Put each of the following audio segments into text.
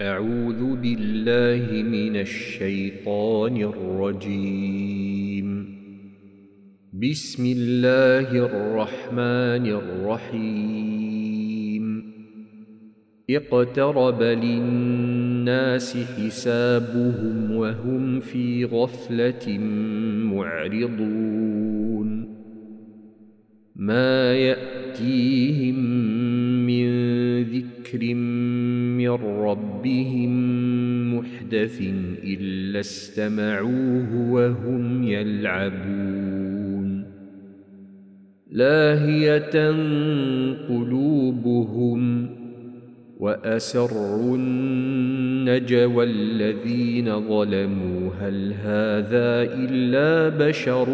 أعوذ بالله من الشيطان الرجيم. بسم الله الرحمن الرحيم. اقترب للناس حسابهم وهم في غفلة معرضون. ما يأتيهم من ذكر من ربهم محدث إلا استمعوه وهم يلعبون. لاهية قلوبهم وأسروا النجوى الذين ظلموا هل هذا إلا بشر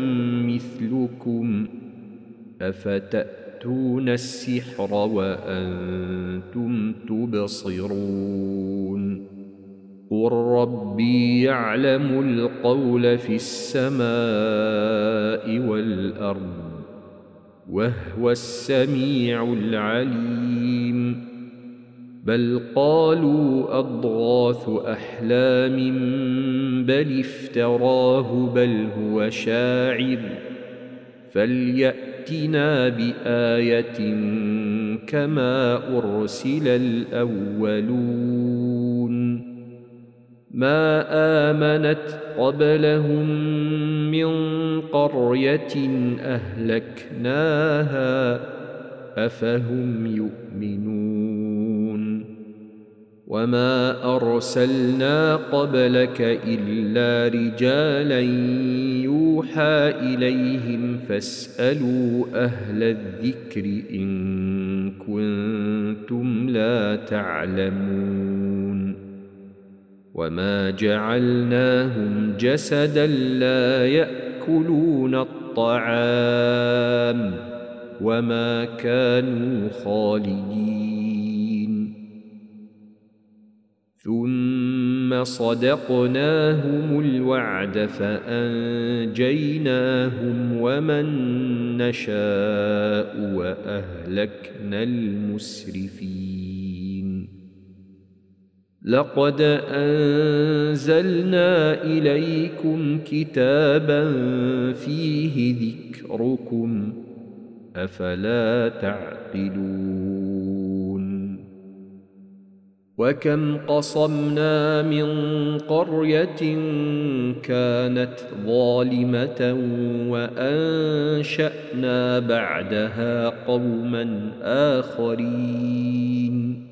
مثلكم أفتأتون السحر وأنتم تبصرون. قل ربي يعلم القول في السماء والأرض وهو السميع العليم. بل قالوا أضغاث أحلام بل افتراه بل هو شاعر فليأتنا بآية كما أرسل الأولون. ما آمنت قبلهم من قرية أهلكناها أفهم يؤمنون. وما أرسلنا قبلك إلا رجالا يوحى إليهم فاسألوا أهل الذكر إن كنتم لا تعلمون. وما جعلناهم جسدا لا يأكلون الطعام وما كانوا خالدين. ثم صدقناهم الوعد فأنجيناهم ومن نشاء وأهلكنا المسرفين. لقد أنزلنا إليكم كتابا فيه ذكركم أفلا تعقلون. وكم قصمنا من قرية كانت ظالمة وأنشأنا بعدها قوما آخرين.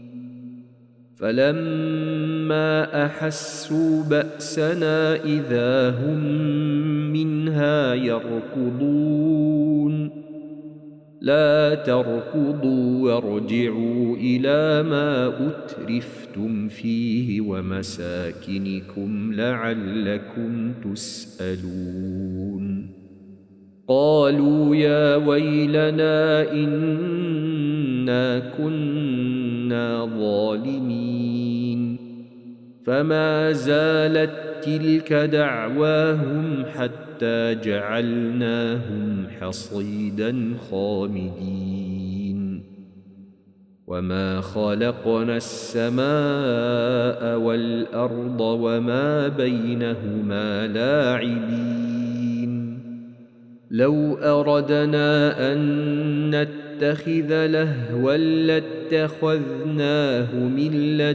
فلما أحسوا بأسنا إذا هم منها يركضون. لا تركضوا وارجعوا إلى ما أترفتم فيه ومساكنكم لعلكم تسألون. قالوا يا ويلنا إنا كنا ظالمين. فما زالت تلك دعواهم حتى جعلناهم حصيدا خامدين. وما خلقنا السماء والأرض وما بينهما لاعبين. لو أردنا أن نتخذ لهوا لاتخذناه من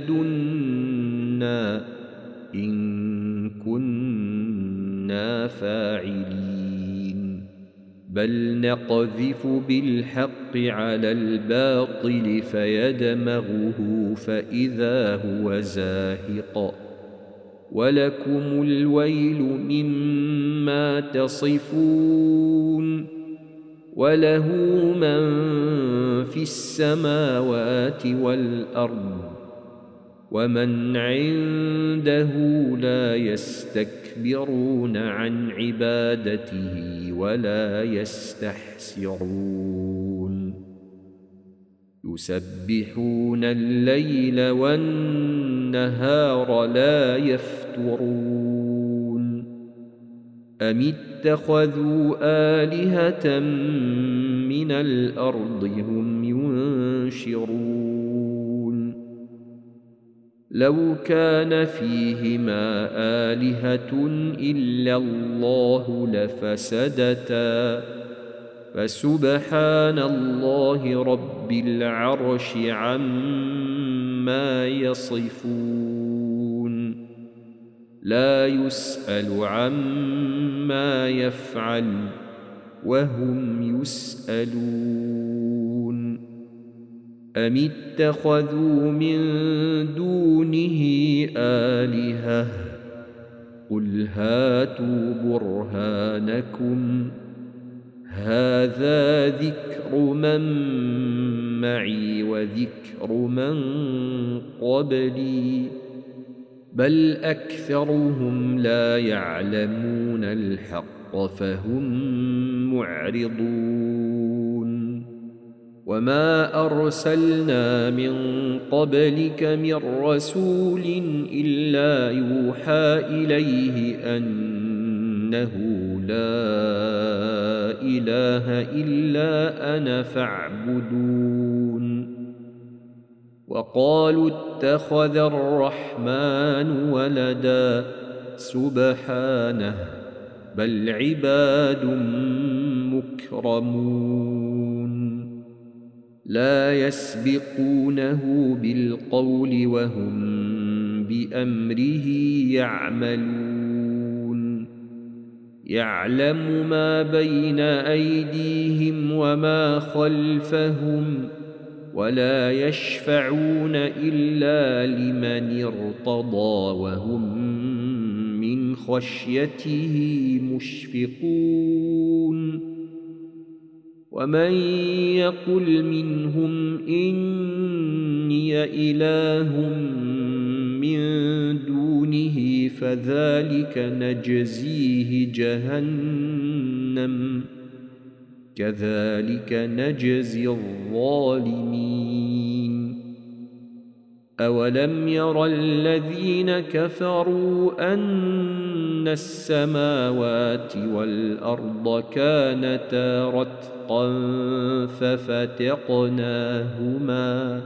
لدنا إن كنا فاعلين. بل نقذف بالحق على الباطل فيدمغه فإذا هو زاهق ولكم الويل مما تصفون. وله من في السماوات والأرض ومن عنده لا يستكبرون عن عبادته ولا يستحسرون. يسبحون الليل والنهار لا يفترون. أم اتخذوا آلهة من الأرض هم ينشرون. لو كان فيهما آلهة إلا الله لفسدتا فسبحان الله رب العرش عما يصفون لا يسأل عما يفعل وهم يسألون أم اتخذوا من دونه آلهة قل هاتوا برهانكم هذا ذكر من معي وذكر من قبلي بل أكثرهم لا يعلمون الحق فهم معرضون وما أرسلنا من قبلك من رسول إلا يوحى إليه أنه لا إله إلا أنا فاعبدون وقالوا اتخذ الرحمن ولدا سبحانه بل عباد مكرمون لا يسبقونه بالقول وهم بأمره يعملون يعلم ما بين أيديهم وما خلفهم ولا يشفعون إلا لمن ارتضى وهم من خشيته مشفقون ومن يقل منهم إني إله من دونه فذلك نجزيه جهنم كذلك نجزي الظالمين أولم ير الذين كفروا أن السماوات والأرض كانتا رتقا ففتقناهما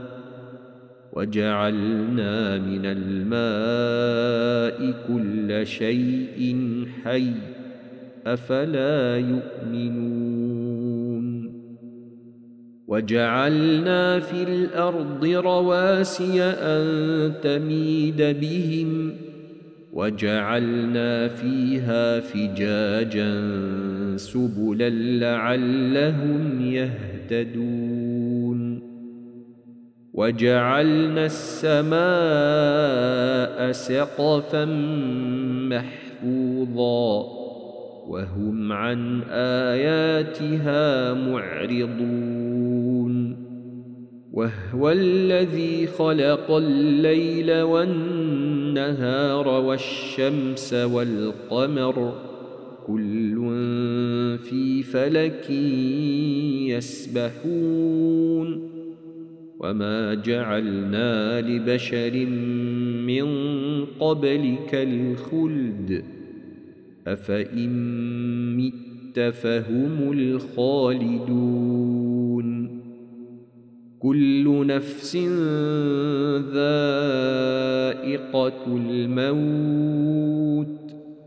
وجعلنا من الماء كل شيء حي أفلا يؤمنون وجعلنا في الأرض رواسي أن تميد بهم وجعلنا فيها فجاجا سبلا لعلهم يهتدون وجعلنا السماء سقفا محفوظا وهم عن آياتها معرضون وهو الذي خلق الليل والنهار والشمس والقمر كل في فلك يسبحون وما جعلنا لبشر من قبلك الخلد أفإن مت فهم الخالدون كل نفس ذائقة الموت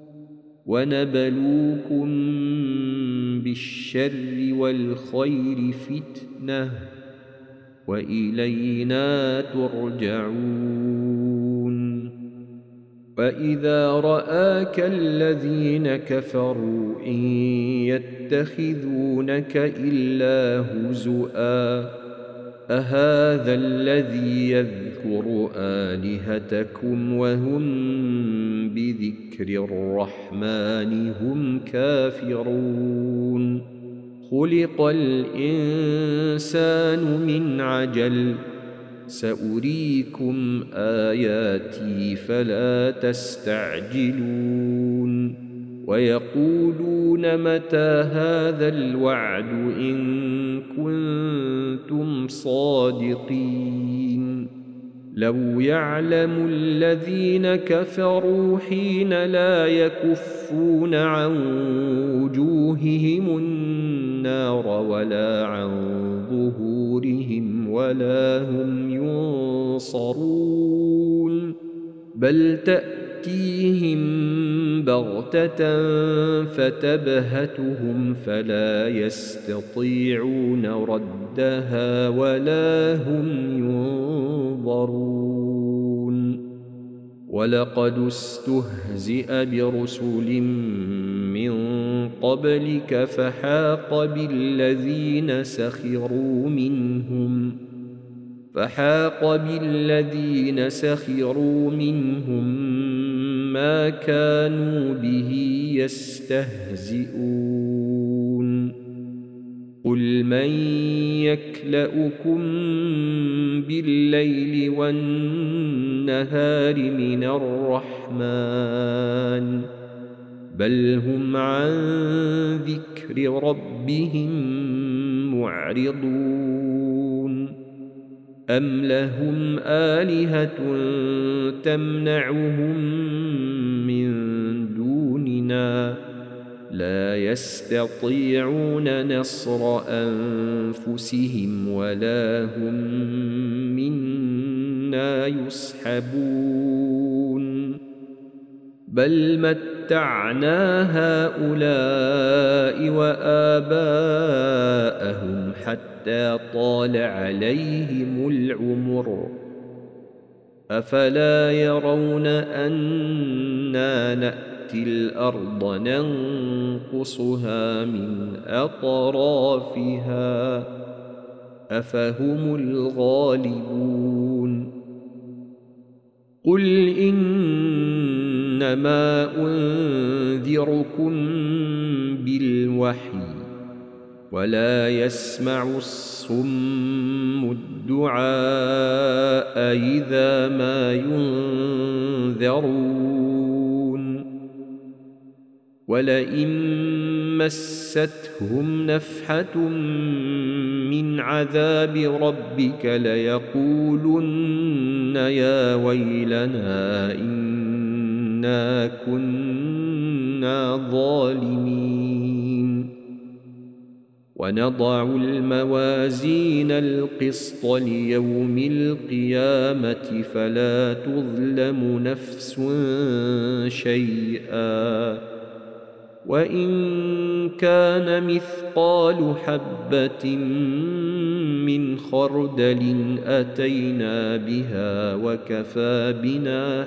ونبلوكم بالشر والخير فتنة وإلينا ترجعون وإذا رآك الذين كفروا إن يتخذونك إلا هزؤا أهذا الذي يذكر آلهتكم وهم بذكر الرحمن هم كافرون خلق الإنسان من عجل سأريكم آياتي فلا تستعجلون ويقولون متى هذا الوعد إن كنتم صادقين لو يعلم الذين كفروا حين لا يكفون عن وجوههم النار ولا عن ظهورهم ولا هم ينصرون بل تأتيهم بغتة فتبهتهم فلا يستطيعون ردها ولا هم ينظرون ولقد استهزئ برسل من قبلك فحاق بالذين سخروا منهم ما كانوا به يستهزئون قل من يكلؤكم بالليل والنهار من الرحمن بل هم عن ذكر ربهم معرضون أم لهم آلهة تمنعهم من دوننا لا يستطيعون نصر أنفسهم ولا هم منا يصحبون بل متعنا هؤلاء وآباءهم حتى طال عليهم العمر أفلا يرون أنا نأتي الأرض ننقصها من أطرافها أفهم الغالبون قل إنما أنذركم بالوحي ولا يسمع الصم الدعاء إذا ما ينذرون ولئن مستهم نفحة من عذاب ربك ليقولن يا ويلنا إنا كنا ظالمين ونضع الموازين القسط ليوم القيامة فلا تظلم نفس شيئا وإن كان مثقال حبة من خردل أتينا بها وكفى بنا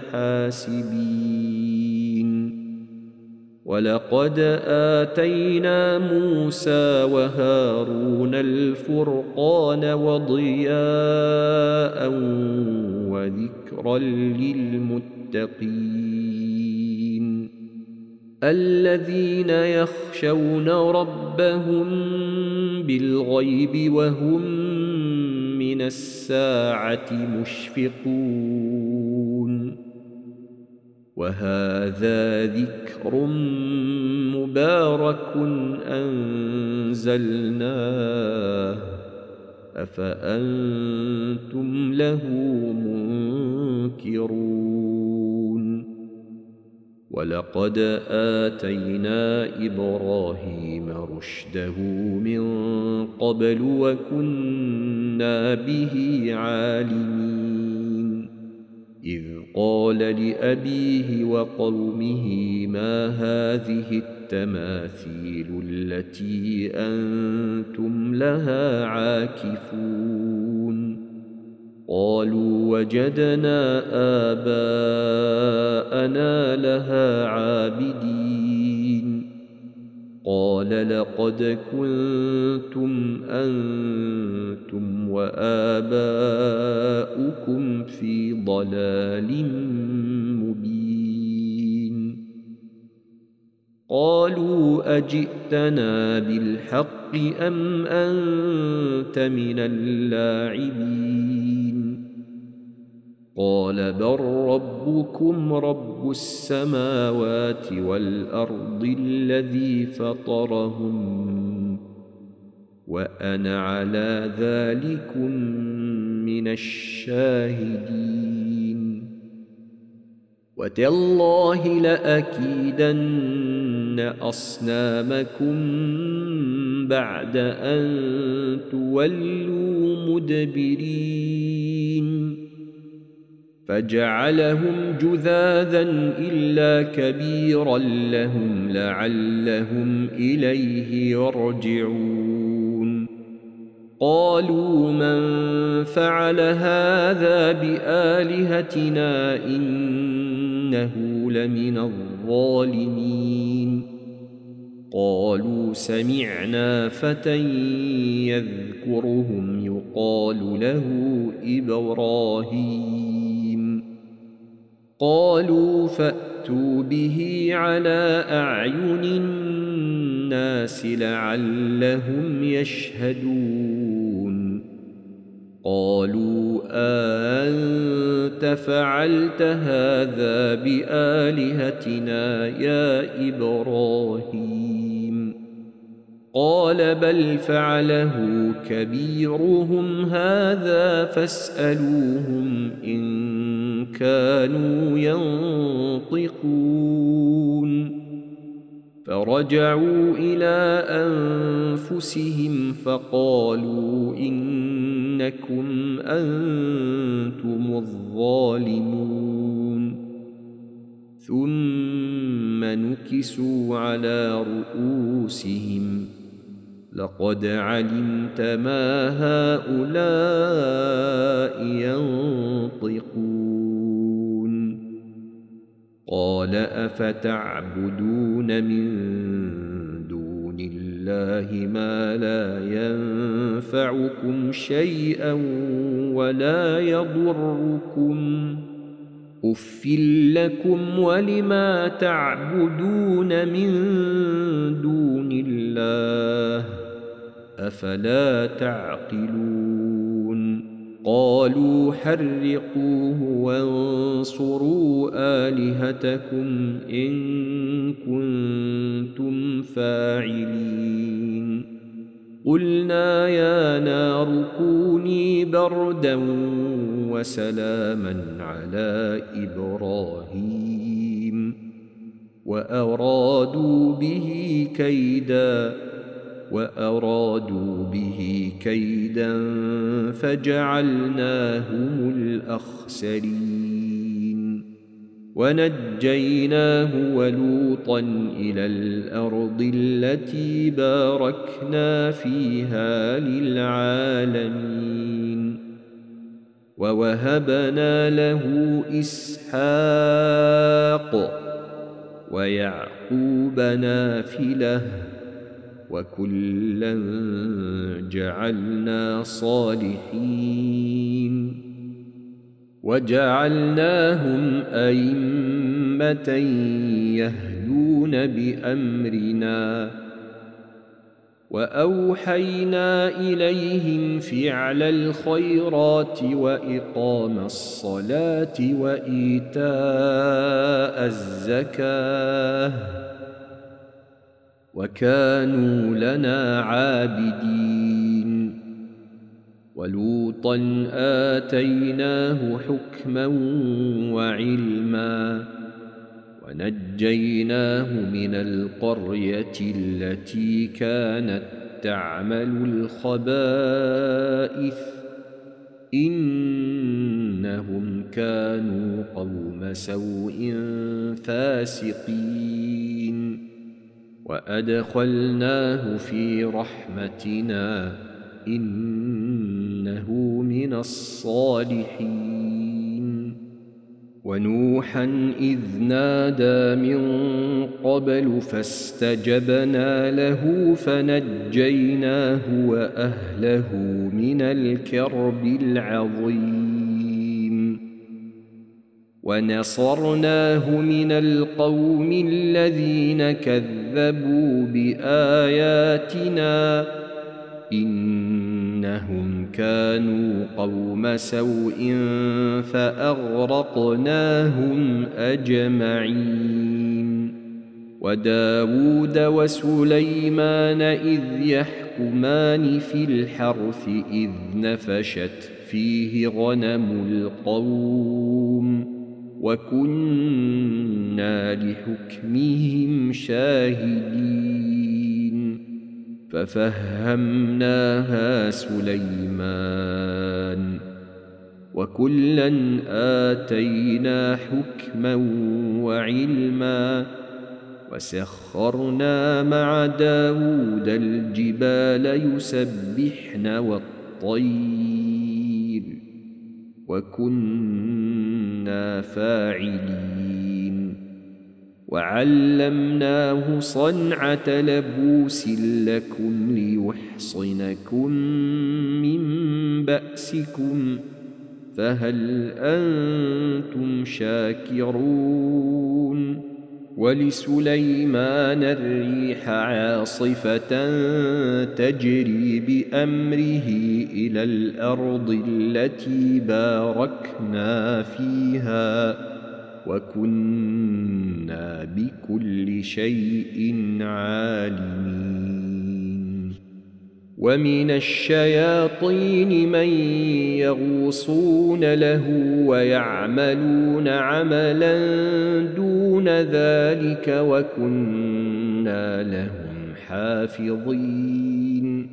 حاسبين ولقد آتينا موسى وهارون الفرقان وضياء وذكرا للمتقين الذين يخشون ربهم بالغيب وهم من الساعة مشفقون وهذا ذكر مبارك أنزلناه أفأنتم له منكرون ولقد آتينا إبراهيم رشده من قبل وكنا به عالمين إذ قال لأبيه وقومه ما هذه التماثيل التي أنتم لها عاكفون قالوا وجدنا آباءنا لها عابدين قال لقد كنتم أنتم وآباؤكم في ضلال مبين قالوا أجئتنا بالحق أم أنت من اللاعبين قال بل ربكم رب السماوات والأرض الذي فطرهم وأنا على ذلكم من الشاهدين وتالله لأكيدن أصنامكم بعد أن تولوا مدبرين فجعلهم جذاذا إلا كبيرا لهم لعلهم إليه يرجعون قالوا من فعل هذا بآلهتنا إنه لمن الظالمين قالوا سمعنا فتى يذكرهم يقال له إبراهيم قالوا فأتوا به على أعين الناس لعلهم يشهدون قالوا أنت فعلت هذا بآلهتنا يا إبراهيم قال بل فعله كبيرهم هذا فاسألوهم إن كانوا ينطقون فرجعوا إلى أنفسهم فقالوا إنكم أنتم الظالمون ثم نكسوا على رؤوسهم لقد علمت ما هؤلاء ينطقون قال أفتعبدون من دون الله ما لا ينفعكم شيئا ولا يضركم أف لكم ولما تعبدون من دون الله أفلا تعقلون قالوا حرقوه وانصروا آلهتكم إن كنتم فاعلين قلنا يا نار كوني بردا وسلاما على إبراهيم وأرادوا به كيدا فجعلناهم الأخسرين ونجيناه ولوطا إلى الأرض التي باركنا فيها للعالمين ووهبنا له إسحاق ويعقوب نافلة وكلا جعلنا صالحين وجعلناهم أئمة يهدون بأمرنا وأوحينا إليهم فعل الخيرات وإقام الصلاة وإيتاء الزكاة وكانوا لنا عابدين ولوطا آتيناه حكما وعلما ونجيناه من القرية التي كانت تعمل الخبائث إنهم كانوا قوم سوء فاسقين وأدخلناه في رحمتنا إنه من الصالحين ونوحا إذ نادى من قبل فاستجبنا له فنجيناه وأهله من الكرب العظيم ونصرناه من القوم الذين كذبوا بآياتنا إنهم كانوا قوم سوء فأغرقناهم أجمعين وداود وسليمان إذ يحكمان في الحرث إذ نفشت فيه غنم القوم وكنا لحكمهم شاهدين ففهمناها سليمان وكلا آتينا حكما وعلما وسخرنا مع داود الجبال يسبحن والطير وكنا فاعلين وعلمناه صنعة لبوس لكم ليحصنكم من بأسكم فهل أنتم شاكرون ولسليمان الريح عاصفة تجري بأمره إلى الأرض التي باركنا فيها وكنا بكل شيء عالمين ومن الشياطين من يغوصون له ويعملون عملا دون ذلك وكنا لهم حافظين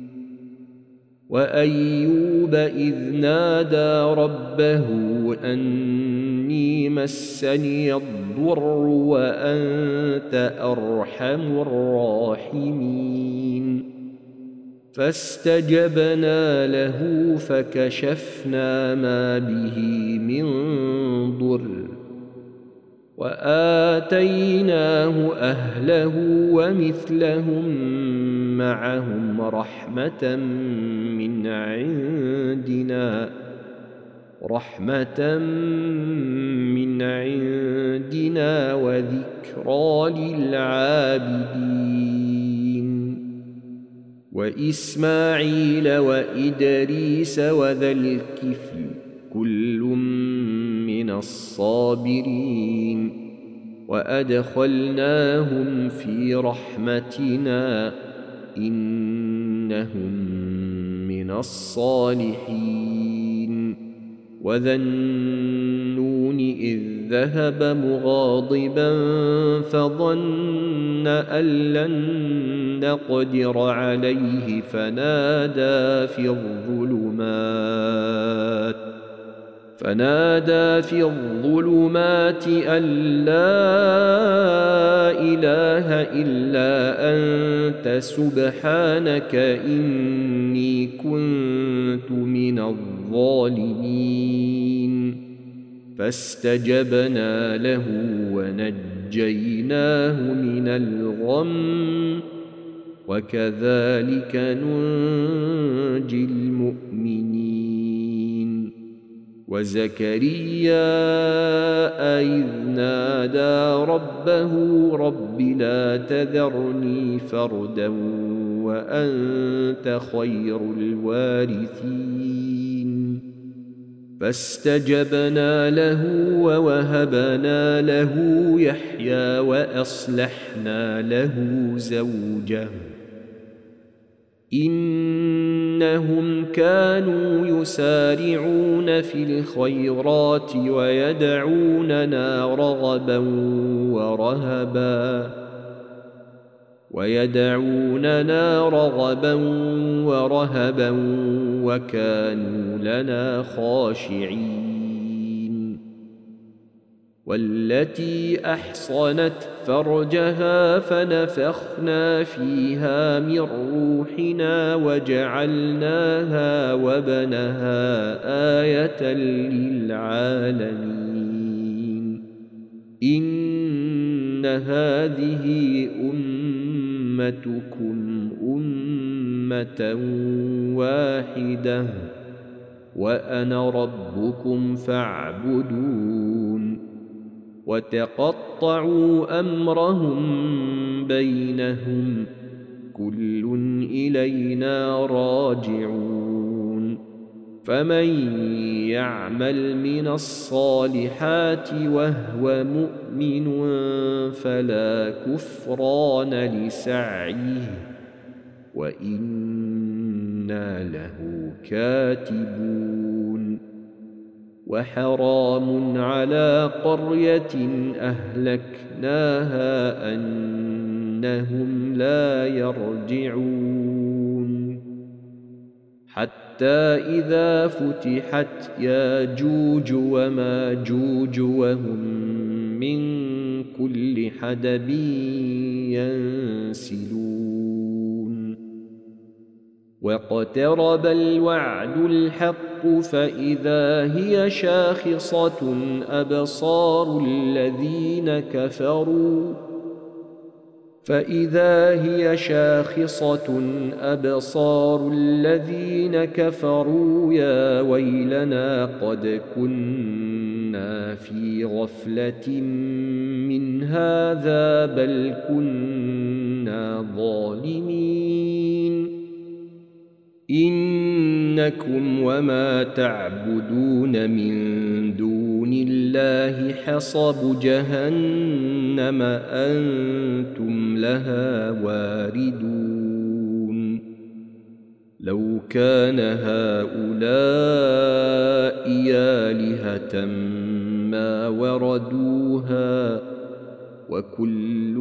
وأيوب إذ نادى ربه أني مسني الضر وأنت أرحم الراحمين فاستجبنا له فكشفنا ما به من ضر وآتيناه أهله ومثلهم معهم رحمة من عندنا وذكرى للعابدين وإسماعيل وإدريس وذا الكفل كل من الصابرين وأدخلناهم في رحمتنا إنهم من الصالحين وذا النون إذ ذهب مغاضبا فظن أن لن نقدر عليه فنادى في الظلمات أن لا إله إلا أنت سبحانك إني كنت من الظالمين فاستجبنا له ونجيناه من الغم وكذلك ننجي المؤمنين وزكريا إذ نادى ربه رب لا تذرني فردا وأنت خير الوارثين فاستجبنا له ووهبنا له يحيى وأصلحنا له زوجه إنهم كانوا يسارعون في الخيرات ويدعوننا رغبا ورهبا وكانوا لنا خاشعين والتي أحصنت فرجها فنفخنا فيها من روحنا وجعلناها وبنها آية للعالمين إن هذه أمتكم أمة واحدة وأنا ربكم فاعبدون وتقطعوا أمرهم بينهم كل إلينا راجعون فمن يعمل من الصالحات وهو مؤمن فلا كفران لسعيه وإنا له كاتبون وحرام على قرية أهلكناها أنهم لا يرجعون حتى إذا فتحت ياجوج وماجوج وهم من كل حدب ينسلون واقترب الوعد الحق فإذا هي شاخصة أبصار الذين كفروا يا ويلنا قد كنا في غفلة من هذا بل كنا ظالمين إنكم وما تعبدون من دون الله حصب جهنم أنتم لها واردون لو كان هؤلاء آلهة ما وردوها وكل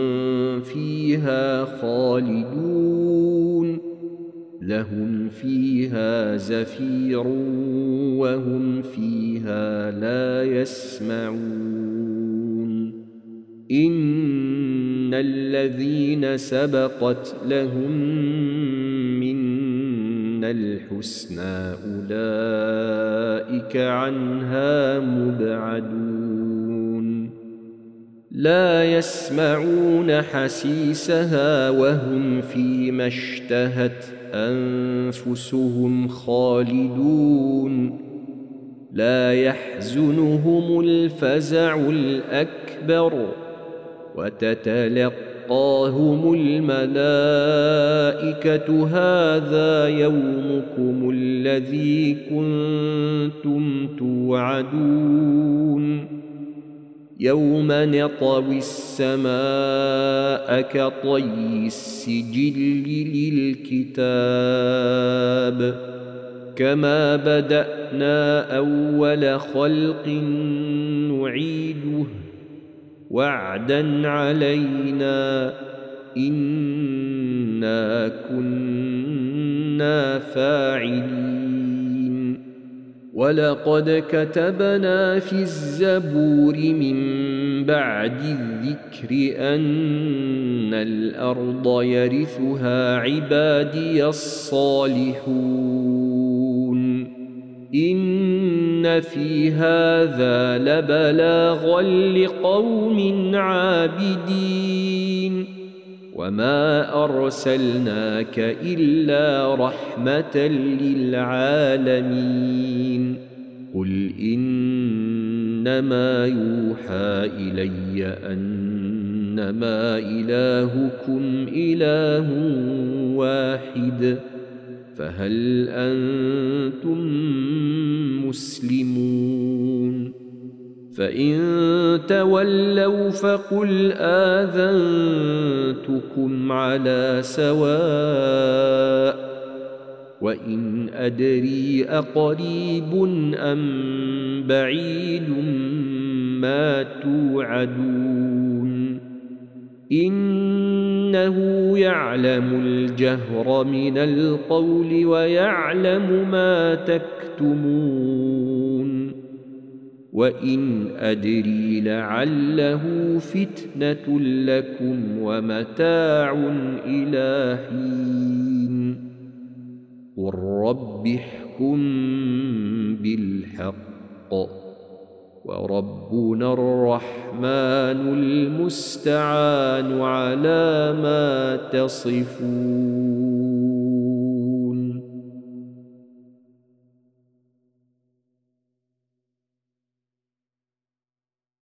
فيها خالدون لهم فيها زفير وهم فيها لا يسمعون إن الذين سبقت لهم منا الحسنى أولئك عنها مبعدون لا يسمعون حسيسها وهم فيما اشتهت أنفسهم خالدون لا يحزنهم الفزع الأكبر وتتلقاهم الملائكة هذا يومكم الذي كنتم توعدون يوم نطوي السماء كطي السجل للكتاب كما بدأنا أول خلق نعيده وعدا علينا إنا كنا فاعلين ولقد كتبنا في الزبور من بعد الذكر أن الأرض يرثها عبادي الصالحون إن في هذا لبلاغا لقوم عابدين وما أرسلناك إلا رحمة للعالمين قل إنما يوحى إلي أنما إلهكم إله واحد فهل أنتم مسلمون فإن تولوا فقل آذنتكم على سواء وإن أدري أقريب أم بعيد ما توعدون إنه يعلم الجهر من القول ويعلم ما تكتمون وإن أدري لعله فتنة لكم ومتاع إلى حين قل رب احكم بالحق وربنا الرحمن المستعان على ما تصفون